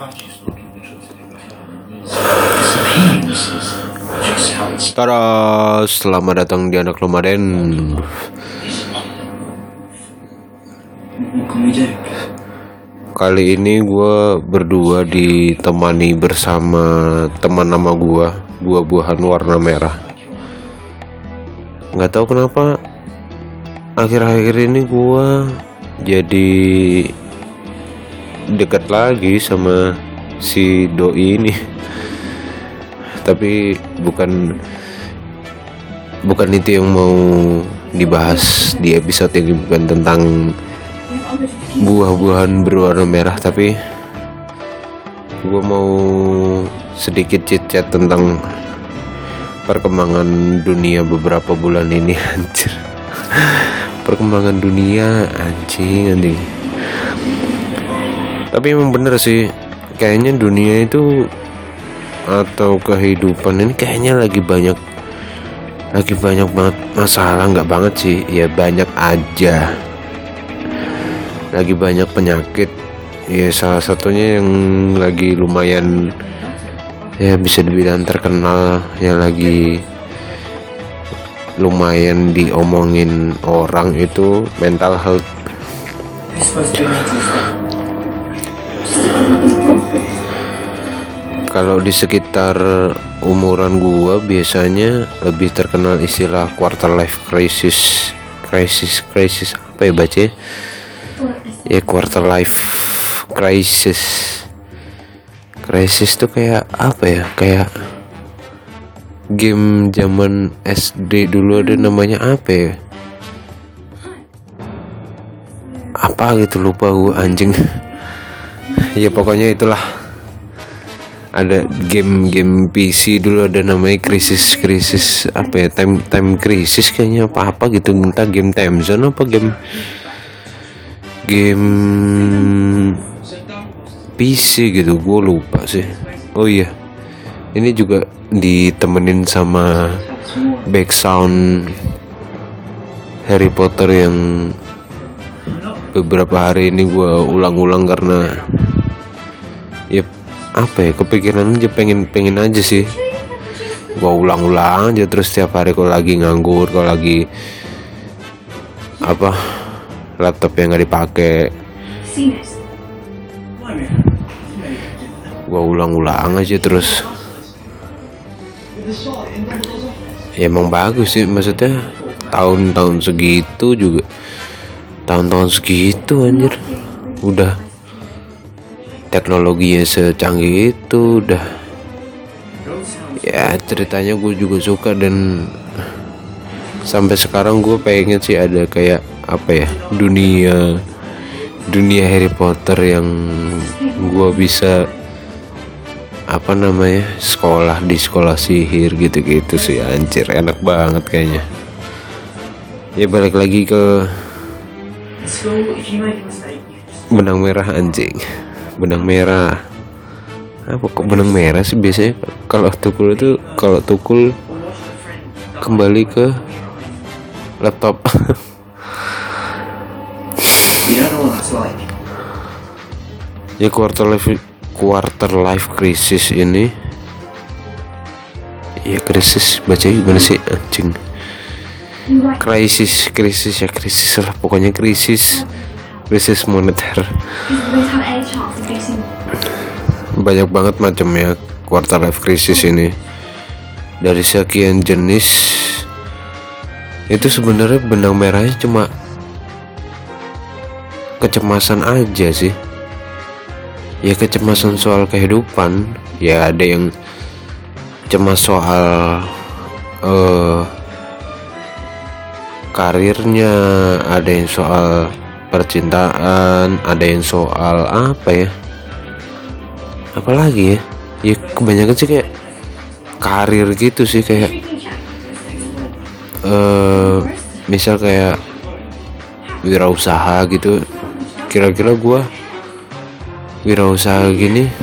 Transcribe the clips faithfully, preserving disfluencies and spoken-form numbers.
Tada, selamat datang di Anak Nomaden. Kali ini gue berdua ditemani bersama teman nama gue, buah-buahan warna merah. Gak tahu kenapa akhir-akhir ini gue jadi dekat lagi sama si doi ini. Tapi bukan bukan itu yang mau dibahas di episode ini, bukan tentang buah-buahan berwarna merah, tapi gue mau sedikit chit-chat tentang perkembangan dunia beberapa bulan ini. Anjir, perkembangan dunia anjing anjing. Tapi emang bener sih, kayaknya dunia itu atau kehidupan ini kayaknya lagi banyak lagi banyak banget masalah. Nggak banget sih, ya banyak aja. Lagi banyak penyakit, ya salah satunya yang lagi lumayan ya bisa dibilang terkenal, yang lagi lumayan diomongin orang itu mental health. Kalau di sekitar umuran gua biasanya lebih terkenal istilah quarter life crisis. Crisis, crisis apa ya baca? Ya quarter life crisis. Crisis tuh kayak apa ya? Kayak game zaman S D dulu ada namanya apa ya? Apa gitu lupa gua anjing. Ya pokoknya itulah. Ada game-game P C dulu ada namanya krisis krisis apa ya, time time krisis kayaknya apa apa gitu, entah game time zone apa game game P C gitu, gue lupa sih. Oh iya, ini juga ditemenin sama background Harry Potter yang beberapa hari ini gue ulang-ulang karena ya apa ya, kepikiran aja, pengen pengen aja sih gua ulang-ulang aja terus tiap hari. Kalau lagi nganggur, kalau lagi apa laptop yang nggak dipakai, gua ulang-ulang aja terus. Ya emang bagus sih, maksudnya tahun-tahun segitu juga, tahun-tahun segitu anjir udah teknologinya secanggih itu, udah ya ceritanya gue juga suka. Dan sampai sekarang gue pengen sih ada kayak apa ya, dunia dunia Harry Potter yang gue bisa apa namanya, sekolah di sekolah sihir gitu-gitu sih. Anjir enak banget kayaknya. Ya balik lagi ke benang merah anjing. Benang merah apa kok benang merah sih biasanya kalau tukul itu, kalau tukul kembali ke laptop. Ya quarter life quarter life crisis ini, ya krisis baca gimana sih anjing, krisis krisis ya krisis lah pokoknya, krisis krisis moneter. Banyak banget macamnya quarter life crisis ini, dari sekian jenis. Itu sebenarnya benang merahnya cuma kecemasan aja sih. Ya kecemasan soal kehidupan. Ya ada yang cemas soal uh, karirnya, ada yang soal percintaan, ada yang soal apa ya, apalagi ya, ya kebanyakan sih kayak karir gitu sih, kayak uh, misal kayak wirausaha gitu. Kira-kira gue wirausaha gini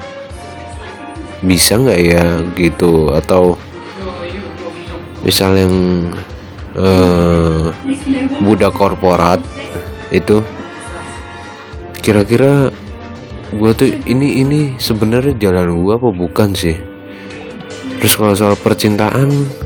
bisa nggak ya gitu, atau misal yang uh, budak korporat itu kira-kira gua tuh ini ini sebenarnya jalan gua apa bukan sih. Terus kalau soal percintaan,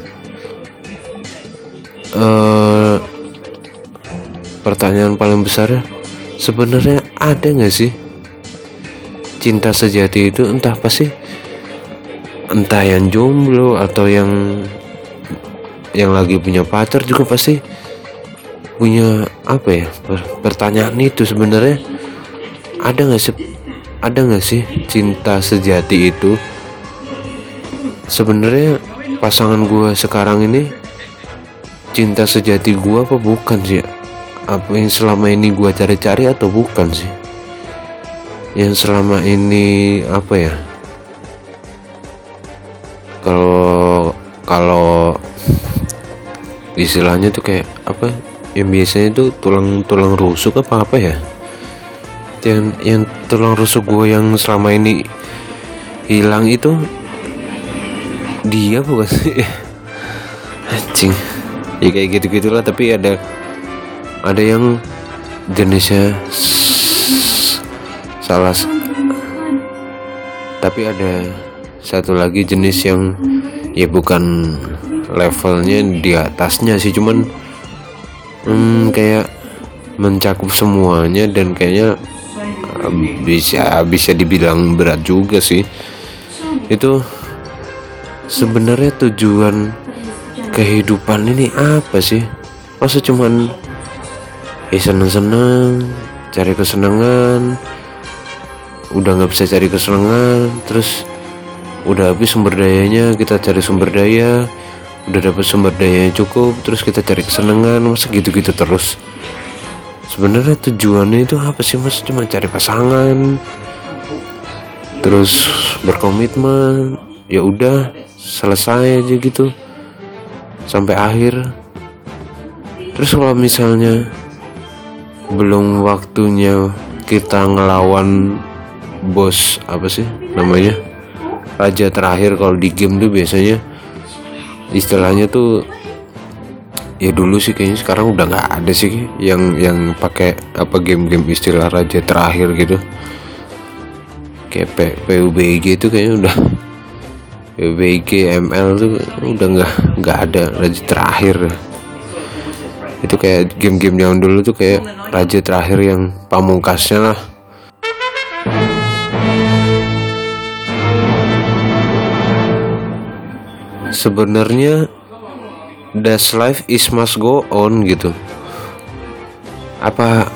uh, pertanyaan paling besar sebenarnya ada nggak sih cinta sejati itu? Entah apa sih, entah yang jomblo atau yang yang lagi punya pacar juga pasti punya apa ya, pertanyaan itu sebenarnya ada nggak sih, ada nggak sih cinta sejati itu? Sebenarnya pasangan gue sekarang ini cinta sejati gue apa bukan sih? Apa yang selama ini gue cari-cari atau bukan sih? Yang selama ini apa ya? Kalau kalau istilahnya tuh kayak apa? Yang biasanya tuh tulang-tulang rusuk apa apa ya? Yang yang tulang rusuk gue yang selama ini hilang itu dia bukan sih? Anjing. Ya kayak gitu-gitulah, tapi ada ada yang jenisnya salah, tapi ada satu lagi jenis yang ya bukan levelnya di atasnya sih, cuman hmm, kayak mencakup semuanya dan kayaknya bisa bisa dibilang berat juga sih. Itu sebenarnya tujuan kehidupan ini apa sih? Masa cuman eh seneng-seneng cari kesenangan, udah nggak bisa cari kesenangan, terus udah habis sumber dayanya kita cari sumber daya, udah dapet sumber daya yang cukup terus kita cari kesenangan, masa gitu-gitu terus? Sebenarnya tujuannya itu apa sih mas? Cuma cari pasangan terus berkomitmen, ya udah selesai aja gitu sampai akhir. Terus kalau misalnya belum waktunya kita ngelawan bos apa sih namanya, raja terakhir kalau di game tuh biasanya istilahnya tuh, ya dulu sih kayaknya, sekarang udah nggak ada sih yang yang pakai apa game-game istilah raja terakhir gitu. Kayak P, PUBG itu kayaknya udah P U B G, M L tuh udah nggak nggak ada raja terakhir. Itu kayak game-game yang dulu tuh kayak raja terakhir yang pamungkasnya lah. Sebenarnya das life is must go on gitu. Apa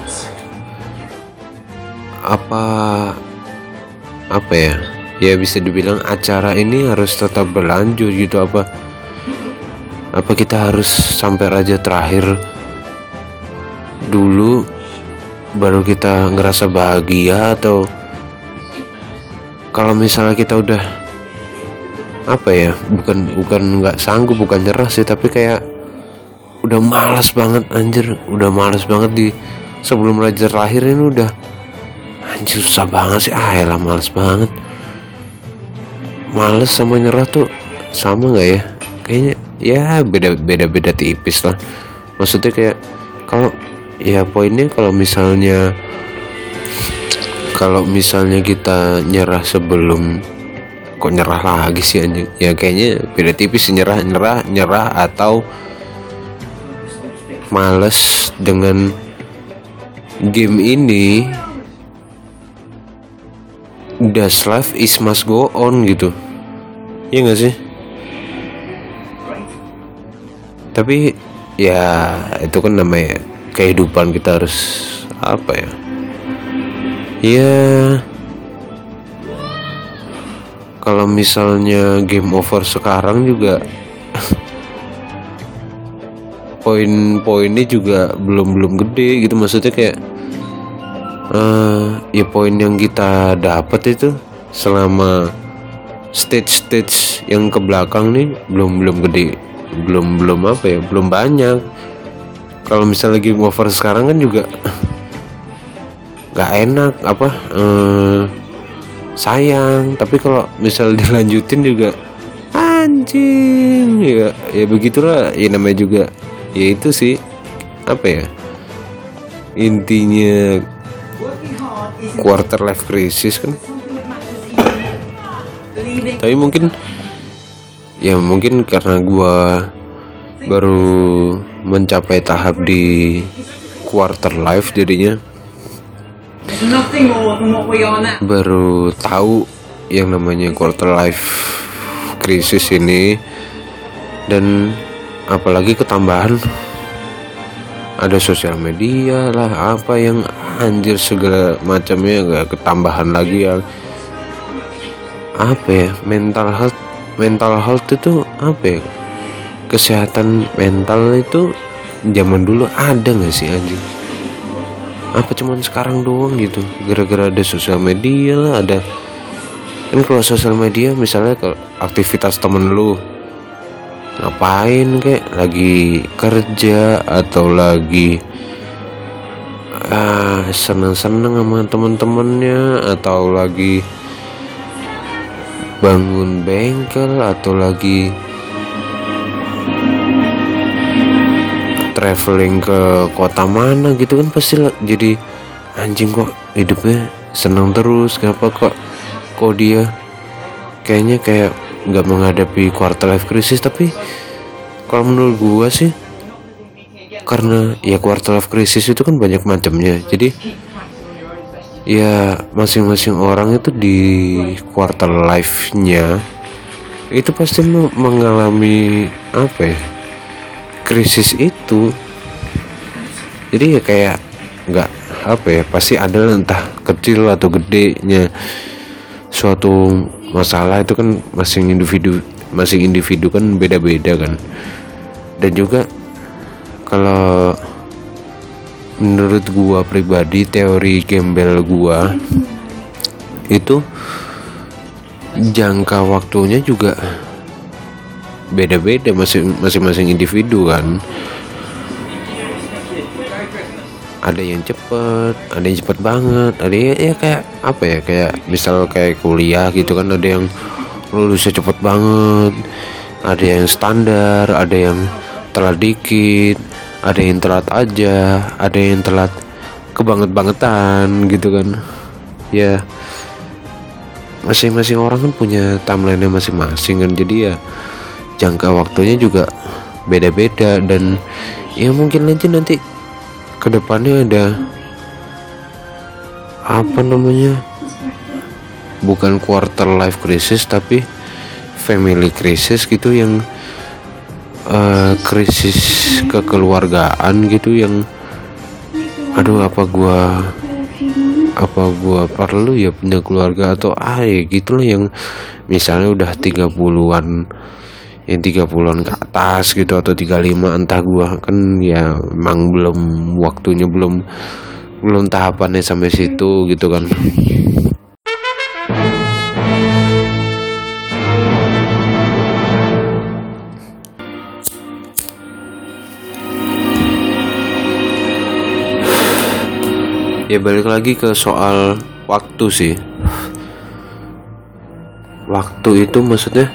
apa apa ya? Ya bisa dibilang acara ini harus tetap berlanjut gitu. Apa apa kita harus sampai raja terakhir dulu baru kita ngerasa bahagia? Atau kalau misalnya kita udah apa ya, bukan bukan nggak sanggup, bukan nyerah sih, tapi kayak udah malas banget anjir, udah malas banget di sebelum raja terakhir ini udah anjir susah banget sih, ah elah malas banget. Males sama nyerah tuh sama nggak ya? Kayaknya ya beda beda beda tipis lah. Maksudnya kayak kalau ya poinnya kalau misalnya kalau misalnya kita nyerah sebelum, kok nyerah lagi sih anjing, ya kayaknya beda tipis, nyerah nyerah nyerah atau males dengan game ini. Das life is must go on gitu, ya nggak sih? Tapi ya itu kan namanya kehidupan, kita harus apa ya, ya kalau misalnya game over sekarang juga poin-poinnya juga belum belum gede gitu. Maksudnya kayak uh, ya poin yang kita dapat itu selama stage-stage yang ke belakang nih belum belum gede, belum belum apa ya, belum banyak. Kalau misalnya game over sekarang kan juga nggak enak apa, uh, sayang. Tapi kalau misal dilanjutin juga anjing, ya ya begitulah ya, namanya juga ya itu sih apa ya, intinya quarter life crisis kan. Tapi mungkin ya mungkin karena gua baru mencapai tahap di quarter life, jadinya baru tahu yang namanya quarter life crisis ini. Dan apalagi ketambahan ada sosial media lah, apa yang anjir segala macamnya, gak ketambahan lagi ya apa ya, mental health mental health itu apa ya, kesehatan mental itu zaman dulu ada nggak sih anjing? Apa cuman sekarang doang gitu, gara-gara ada sosial media lah. Ada kan, kalau sosial media misalnya ke aktivitas temen lu ngapain, kayak lagi kerja atau lagi ah, seneng-seneng sama temen-temennya, atau lagi bangun bengkel, atau lagi traveling ke kota mana gitu kan, pasti jadi anjing kok hidupnya senang terus, kenapa kok kok dia kayaknya kayak nggak menghadapi quarter life crisis. Tapi kalau menurut gua sih, karena ya quarter life crisis itu kan banyak macamnya, jadi ya masing-masing orang itu di quarter life-nya itu pasti mengalami apa ya, krisis itu. Jadi ya kayak nggak apa ya, pasti ada entah kecil atau gedenya suatu masalah itu kan, masing individu masing individu kan beda-beda kan. Dan juga kalau menurut gua pribadi, teori gembel gua itu jangka waktunya juga beda-beda masing-masing individu kan. Ada yang cepet, ada yang cepet banget, ada yang ya kayak apa ya, kayak misal kayak kuliah gitu kan, ada yang lulusnya cepet banget, ada yang standar, ada yang telat dikit, ada yang telat aja, ada yang telat kebanget-bangetan gitu kan. Ya masing-masing orang kan punya timeline-nya masing-masing kan, jadi ya jangka waktunya juga beda-beda. Dan ya mungkin aja nanti kedepannya ada apa namanya, bukan quarter life crisis tapi family crisis gitu, yang uh, krisis kekeluargaan gitu, yang aduh apa gua apa gua perlu ya punya keluarga atau ah ya gitu loh, yang misalnya udah tiga puluhan, yang tiga puluhan ke atas gitu, atau tiga puluh lima, entah gua kan ya emang belum waktunya, belum belum tahapannya sampai situ gitu kan. Ya balik lagi ke soal waktu sih. Waktu itu maksudnya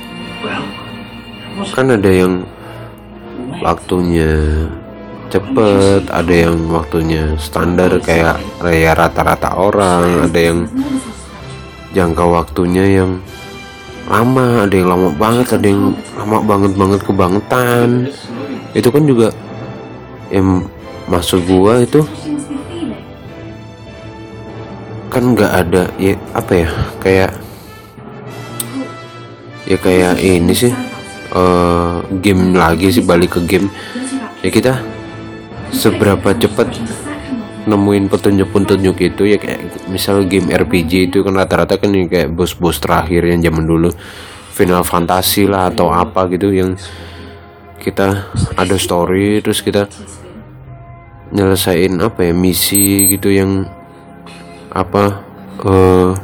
kan ada yang waktunya cepet, ada yang waktunya standar kayak ya rata-rata orang, ada yang jangka waktunya yang lama, ada yang lama banget, ada yang lama banget banget kebangetan. Itu kan juga yang maksud gua itu kan nggak ada ya apa ya, kayak ya kayak ini sih uh, game lagi sih, balik ke game ya, kita seberapa cepat nemuin petunjuk-petunjuk itu ya, kayak misal game R P G itu kan rata-rata kan kayak bos-bos terakhir yang zaman dulu Final Fantasy lah atau apa gitu, yang kita ada story terus kita nyelesain apa ya, misi gitu, yang apa uh,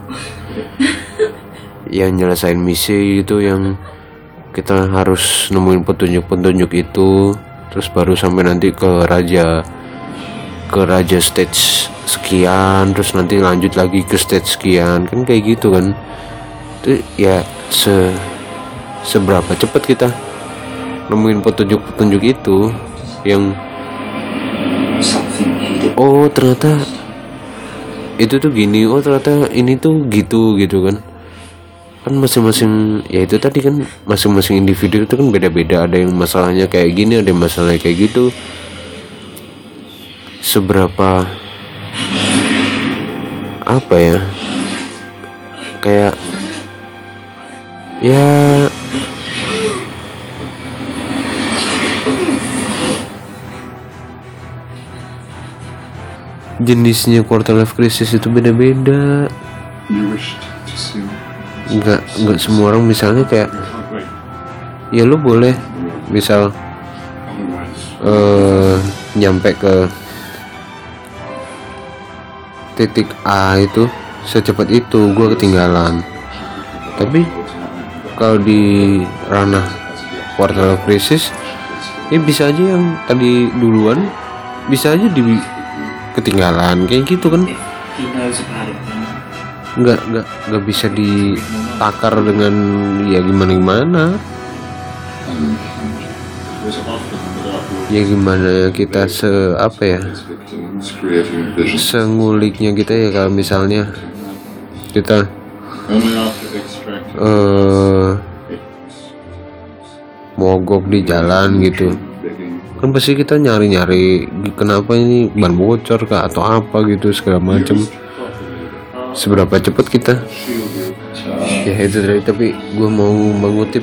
yang nyelesain misi itu, yang kita harus nemuin petunjuk-petunjuk itu, terus baru sampai nanti ke raja ke raja stage sekian, terus nanti lanjut lagi ke stage sekian, kan kayak gitu kan. Itu ya se seberapa cepat kita nemuin petunjuk-petunjuk itu, yang oh ternyata itu tuh gini, oh ternyata ini tuh gitu gitu kan. Kan masing-masing, ya itu tadi kan, masing-masing individu itu kan beda-beda, ada yang masalahnya kayak gini, ada yang masalahnya kayak gitu. Seberapa apa ya, kayak ya jenisnya quarter life crisis itu beda-beda. Nggak nggak semua orang misalnya kayak, ya lu boleh misal uh, nyampe ke titik A itu secepat itu, gue ketinggalan. Tapi kalau di ranah quarter life crisis, ya bisa aja yang tadi duluan bisa aja di ketinggalan kayak gitu kan. nggak nggak nggak bisa ditakar dengan ya gimana gimana ya gimana kita se apa ya senguliknya kita ya. Kalau misalnya kita uh, mogok di jalan gitu kan, pasti kita nyari-nyari kenapa ini ban bocor kah atau apa gitu segala macam. Seberapa cepat kita ya itu tadi. Tapi gue mau mengutip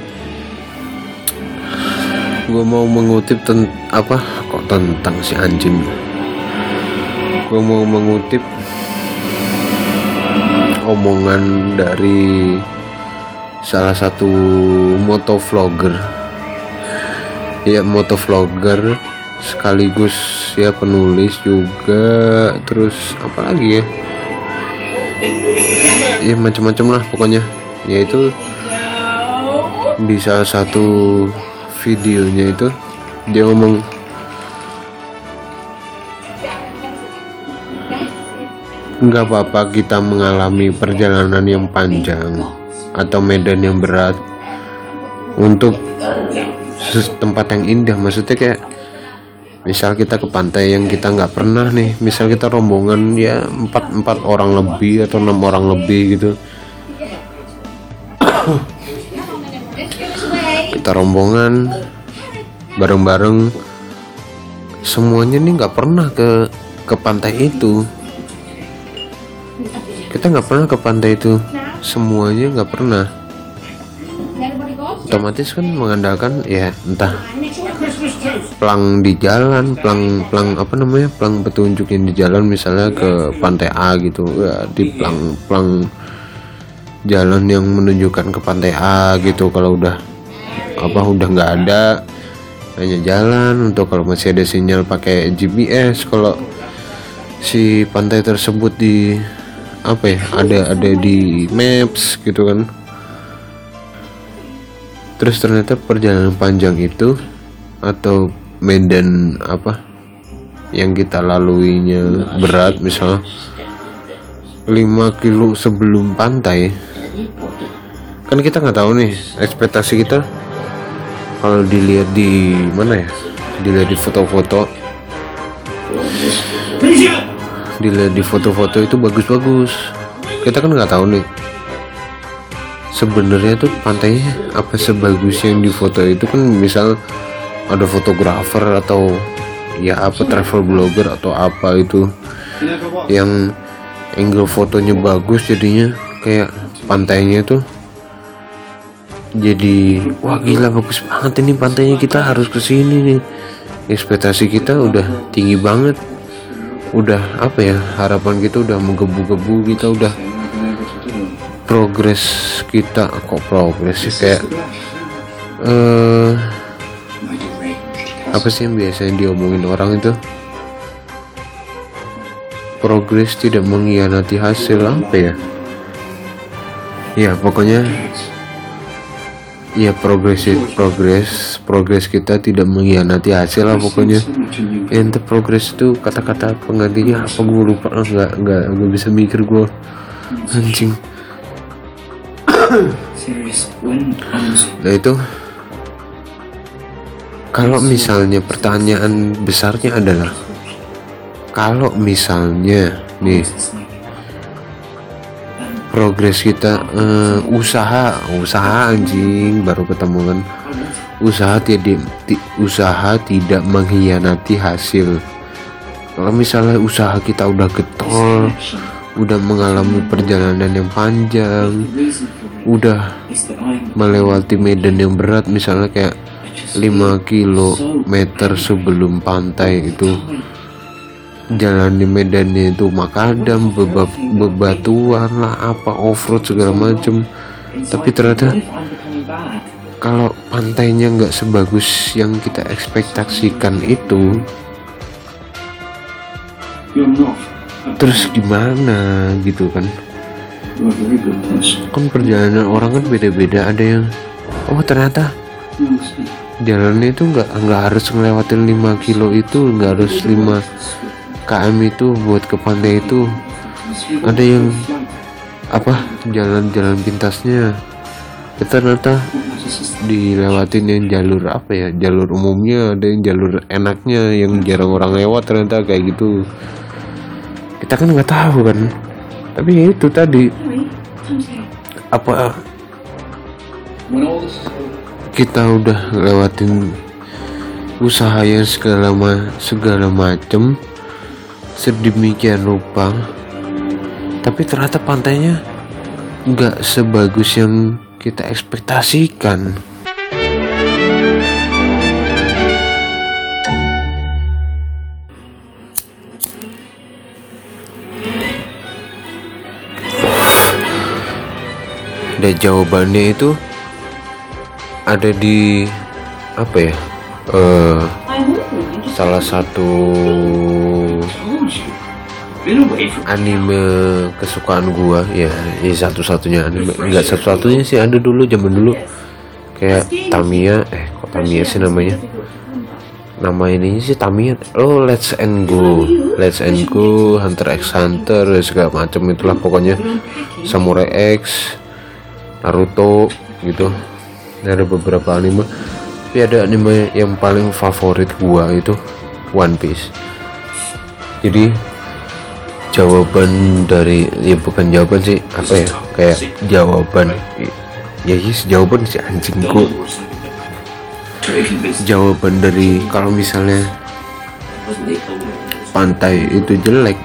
gue mau mengutip ten, apa kok tentang si anjing gue mau mengutip omongan dari salah satu motovlogger ya motovlogger sekaligus ya penulis juga, terus apa lagi ya ya macam-macam lah pokoknya. Yaitu di salah satu videonya itu dia ngomong, nggak apa-apa kita mengalami perjalanan yang panjang atau medan yang berat untuk tempat yang indah. Maksudnya kayak misal kita ke pantai yang kita nggak pernah nih, misal kita rombongan ya empat empat orang lebih atau enam orang lebih gitu, kita rombongan bareng-bareng semuanya nih nggak pernah ke ke pantai itu, kita nggak pernah ke pantai itu semuanya nggak pernah. Otomatis kan mengandalkan ya entah plang di jalan, plang plang apa namanya, plang petunjuk yang di jalan, misalnya ke pantai A gitu ya, di plang plang jalan yang menunjukkan ke pantai A gitu. Kalau udah apa udah nggak ada, hanya jalan. Untuk kalau masih ada sinyal pakai G P S. Kalau si pantai tersebut di apa ya, ada ada di maps gitu kan. Terus ternyata perjalanan panjang itu atau medan apa yang kita laluinya berat, misal lima kilo sebelum pantai, kan kita nggak tahu nih ekspektasi kita. Kalau dilihat di mana ya, dilihat di foto-foto, dilihat di foto-foto itu bagus-bagus. Kita kan nggak tahu nih sebenarnya tuh pantainya apa sebagus yang di foto itu kan. Misal ada fotografer atau ya apa travel blogger atau apa itu yang angle fotonya bagus, jadinya kayak pantainya tuh jadi wah gila bagus banget ini pantainya, kita harus kesini nih. Ekspektasi kita udah tinggi banget, udah apa ya, harapan kita udah menggebu-gebu, kita udah progres kita kok progres sih kayak uh, apa sih yang biasanya diomongin orang itu, progres tidak mengkhianati hasil, apa ya ya pokoknya ya progres progres progres kita tidak mengkhianati hasil lah pokoknya. Ente progres itu kata-kata penggantinya apa gue lupa, nggak nggak nggak bisa mikir gue anjing. Nah itu kalau misalnya pertanyaan besarnya adalah kalau misalnya nih progres kita, uh, usaha usaha anjing baru ketemu kan. Usaha tidak usaha tidak mengkhianati hasil. Kalau misalnya usaha kita udah getol, udah mengalami perjalanan yang panjang, udah melewati medan yang berat, misalnya kayak lima kilometer sebelum pantai itu jalan di medannya itu makadam, beba, bebatuan lah, apa off-road segala macem. Tapi ternyata kalau pantainya nggak sebagus yang kita ekspektasikan itu, terus gimana gitu kan? Kan perjalanan orang kan beda-beda. Ada yang oh ternyata jalannya itu nggak nggak harus ngelewatin lima kilo itu, nggak harus lima kilometer itu buat ke pantai itu. Ada yang apa jalan-jalan pintasnya ternyata dilewatin yang jalur apa ya, jalur umumnya, ada yang jalur enaknya yang jarang orang lewat, ternyata kayak gitu. Kita kan nggak tahu kan, tapi ya itu tadi apa kita udah lewatin usaha yang segala ma segala macem sedemikian rupa, tapi ternyata pantainya nggak sebagus yang kita ekspektasikan. Dan jawabannya itu ada di apa ya, uh, salah satu anime kesukaan gua ya, ya satu-satunya anime, enggak satu-satunya sih, ada dulu zaman dulu kayak Tamiya, eh kok Tamiya sih namanya, nama ininya sih Tamiya, oh Let's and Go, Let's and Go, Hunter x Hunter, segala macam itulah pokoknya, Samurai X, Naruto gitu. Ada beberapa anime, tapi ada anime yang paling favorit gua itu One Piece. Jadi jawaban dari, ya bukan jawaban sih, apa ya, kayak jawaban ya yes, jawaban si anjingku, jawaban dari kalau misalnya pantai itu jelek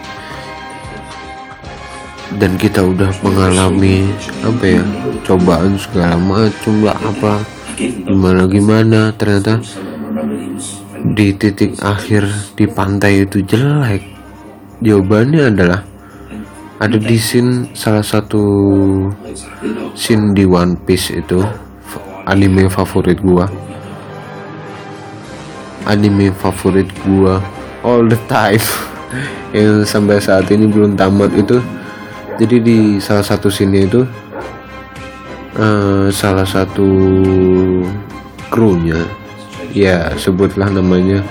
dan kita udah mengalami apa ya, cobaan segala macam lah, apa gimana gimana ternyata di titik akhir di pantai itu jelek. Jawabannya adalah ada di scene, salah satu scene di One Piece itu, anime favorit gua, anime favorit gua all the time yang sampai saat ini belum tamat itu. Jadi di salah satu scene itu uh, salah satu krunya, ya sebutlah namanya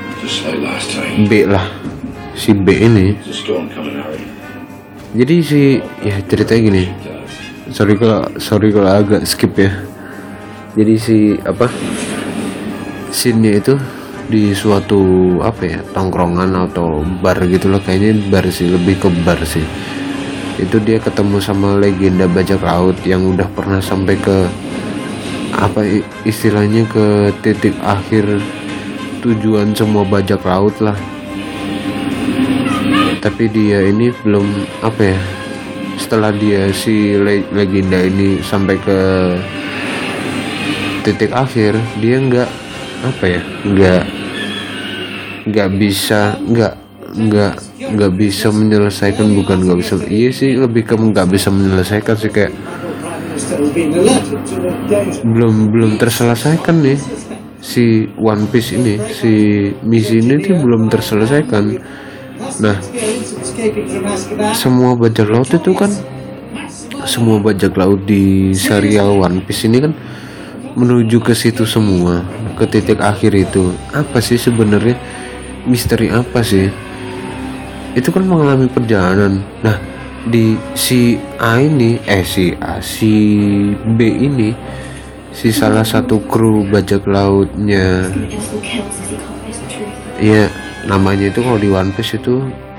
B lah, si B ini. Jadi si ya ceritanya gini, sorry kalau sorry kalau agak skip ya. Jadi si apa scene-nya itu di suatu apa ya, tongkrongan atau bar gitu loh, kayaknya bar sih, lebih ke bar sih. Itu dia ketemu sama legenda bajak laut yang udah pernah sampai ke apa istilahnya, ke titik akhir tujuan semua bajak laut lah. Tapi dia ini belum apa ya, setelah dia si le legenda ini sampai ke titik akhir, dia nggak apa ya, nggak nggak bisa nggak nggak nggak bisa menyelesaikan, bukan nggak bisa, iya sih lebih ke nggak bisa menyelesaikan sih, kayak belum belum terselesaikan nih si One Piece ini, si misi ini tuh belum terselesaikan. Nah, semua bajak laut itu kan, semua bajak laut di serial One Piece ini kan menuju ke situ semua, ke titik akhir itu. Apa sih sebenarnya, misteri apa sih? Itu kan mengalami perjalanan. Nah, di si A ini, eh si A, si B ini, si salah satu kru bajak lautnya, ya namanya itu kalau di One Piece itu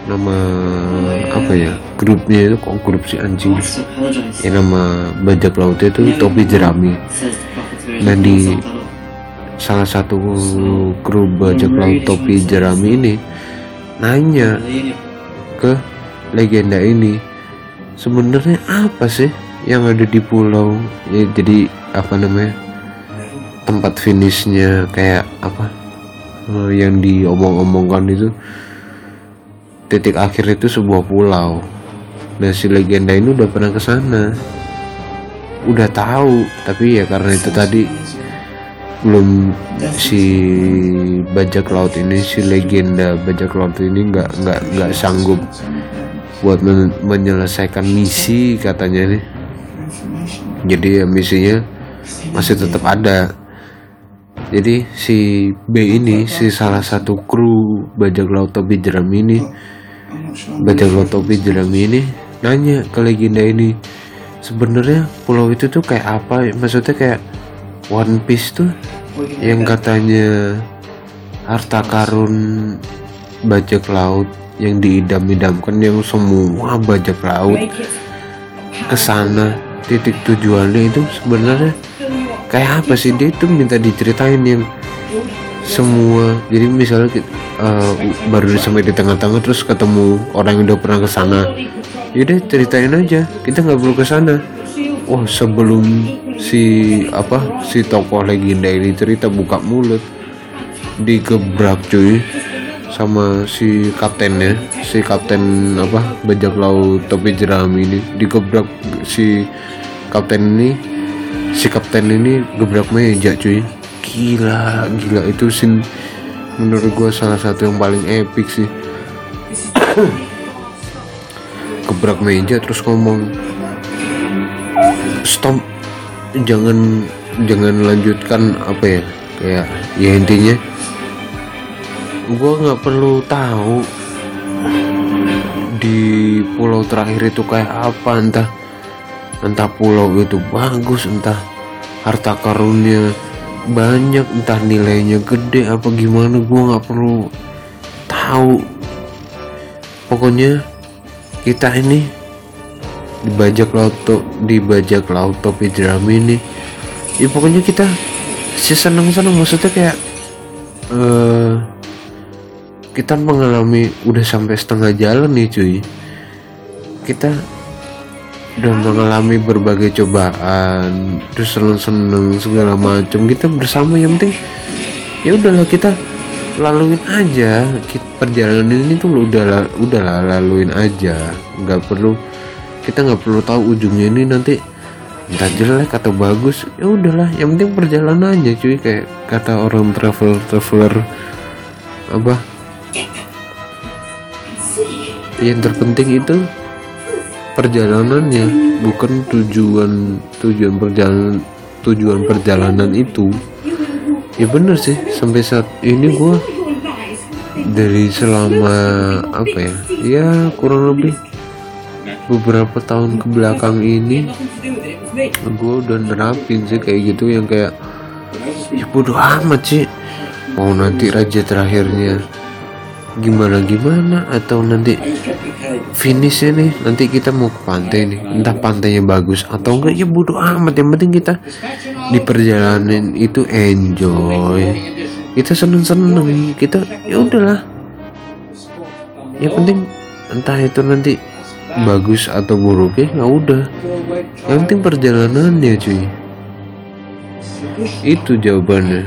nama apa ya grupnya itu, kok grup si anjing ya, nama bajak lautnya itu Topi Jerami. Dan di salah satu grup bajak laut Topi Jerami ini nanya ke legenda ini, sebenarnya apa sih yang ada di pulau ya, jadi apa namanya tempat finishnya kayak apa uh, yang diomong-omongkan itu, titik akhir itu sebuah pulau. Nah si legenda ini udah pernah kesana, udah tahu, tapi ya karena itu tadi belum, si bajak laut ini, si legenda bajak laut ini nggak nggak nggak sanggup buat men- menyelesaikan misi katanya nih. Jadi ya misinya masih tetap ada. Jadi si B ini, si salah satu kru bajak laut Topi Jerami ini, bajak laut Topi Jerami ini nanya ke legenda ini, sebenarnya pulau itu tuh kayak apa? Maksudnya kayak One Piece tuh yang katanya harta karun bajak laut yang diidam-idamkan, yang semua bajak laut kesana titik tujuannya itu sebenarnya kayak apa sih? Dia itu minta diceritain yang semua. Jadi misalnya uh, baru sampai di tengah-tengah terus ketemu orang yang udah pernah kesana, yaudah ceritain aja, kita nggak perlu kesana. Wah, sebelum si apa si tokoh legenda ini cerita, buka mulut, digebrak cuy sama si kaptennya, si kapten apa bajak laut Topi Jerami ini, digebrak si kapten ini, si kapten ini gebrak meja cuy. Gila, gila itu scene menurut gue salah satu yang paling epic sih. Gebrak meja terus ngomong, stop, jangan jangan lanjutkan apa ya, kayak ya intinya gue nggak perlu tahu di pulau terakhir itu kayak apa, entah entah pulau itu bagus, entah harta karunnya banyak, entah nilainya gede apa gimana, gue nggak perlu tahu. Pokoknya kita ini di bajak laut di bajak laut Topi Jerami ini ya, pokoknya kita sih seneng-seneng, maksudnya kayak uh, kita mengalami udah sampai setengah jalan nih cuy, kita udah mengalami berbagai cobaan terus seneng-seneng segala macam, kita bersama. Yang penting ya udahlah, kita laluin aja, kita, perjalanan ini tuh udah udahlah laluin aja, nggak perlu, kita nggak perlu tahu ujungnya ini nanti entah jelek atau bagus. Ya udahlah, yang penting perjalanannya cuy, kayak kata orang travel traveler apa, yang terpenting itu perjalanannya, bukan tujuan tujuan perjalanan tujuan perjalanan itu. Ya bener sih, sampai saat ini gue dari selama apa ya ya kurang lebih beberapa tahun ke belakang ini gue udah nerapin sih kayak gitu, yang kayak ya bodo amat sih mau nanti raja terakhirnya gimana gimana, atau nanti finishnya nih nanti kita mau ke pantai nih, entah pantainya bagus atau enggak, ya bodo amat, yang penting kita di perjalanan itu enjoy, kita seneng-seneng, kita ya udahlah, yang penting entah itu nanti bagus atau buruk ya nggak udah, yang penting perjalanannya cuy. Itu jawabannya.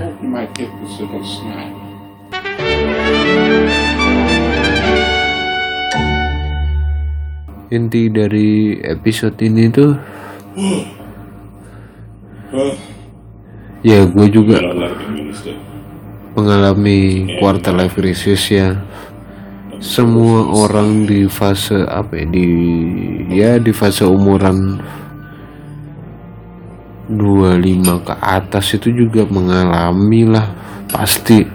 Inti dari episode ini tuh ya gue juga mengalami quarter life crisis ya. Semua orang di fase apa ya, di ya di fase umuran dua puluh lima ke atas itu juga mengalami lah pasti.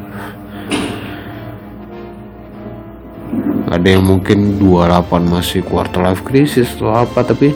Ada yang mungkin dua puluh delapan masih quarter life crisis atau apa, tapi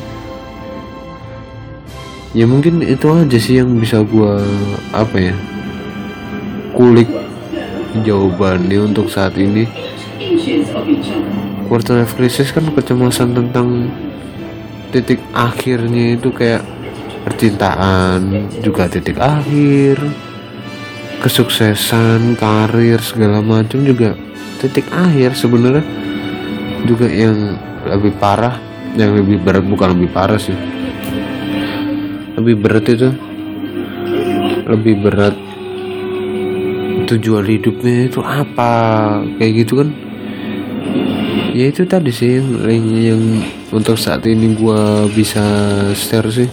ya mungkin itu aja sih yang bisa gua apa ya kulik jawabannya untuk saat ini. quarter life crisis kan kecemasan tentang titik akhirnya itu kayak percintaan juga titik akhir, kesuksesan, karir segala macam juga titik akhir sebenarnya. Juga yang lebih parah, yang lebih berat, bukan lebih parah sih, lebih berat itu lebih berat tujuan hidupnya itu apa, kayak gitu kan. Ya itu tadi sih yang, yang untuk saat ini gua bisa share sih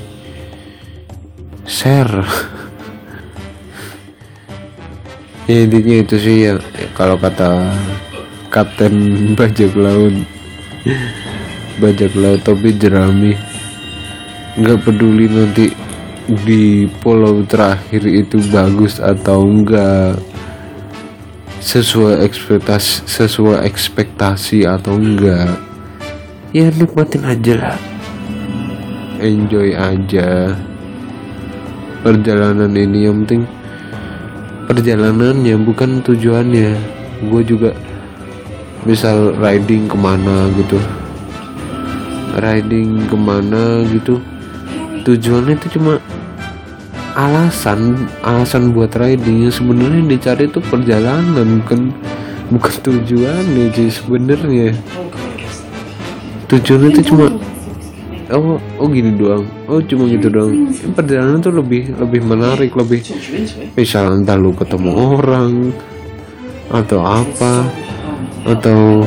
share ya intinya itu sih ya, ya kalau kata Kapten bajak laut bajak laut topi jerami, nggak peduli nanti di pulau terakhir itu bagus atau enggak, sesuai ekspektasi sesuai ekspektasi atau enggak, ya nikmatin aja lah, enjoy aja perjalanan ini. Yang penting perjalanannya bukan tujuannya. Gue juga misal riding kemana gitu riding kemana gitu tujuannya itu cuma alasan alasan buat riding. Yang sebenarnya yang dicari itu perjalanan, bukan bukan tujuannya sih sebenarnya. Tujuannya itu cuma oh oh gini doang, oh cuma gitu doang. Perjalanan tuh lebih lebih menarik, lebih misal entah lu ketemu orang atau apa, atau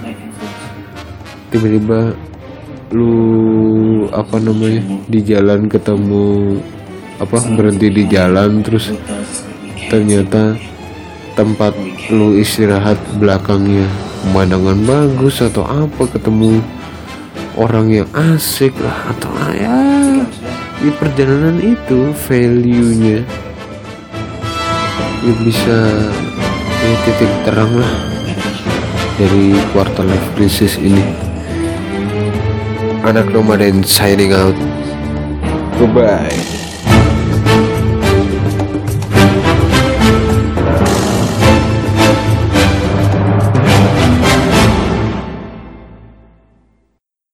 tiba-tiba lu apa namanya di jalan ketemu apa berhenti di jalan, terus ternyata tempat lu istirahat belakangnya pemandangan bagus atau apa, ketemu orang yang asik lah, atau ya di perjalanan itu value-nya ya bisa ya titik terang lah dari quarter life crisis ini. Anak nomaden signing out, goodbye.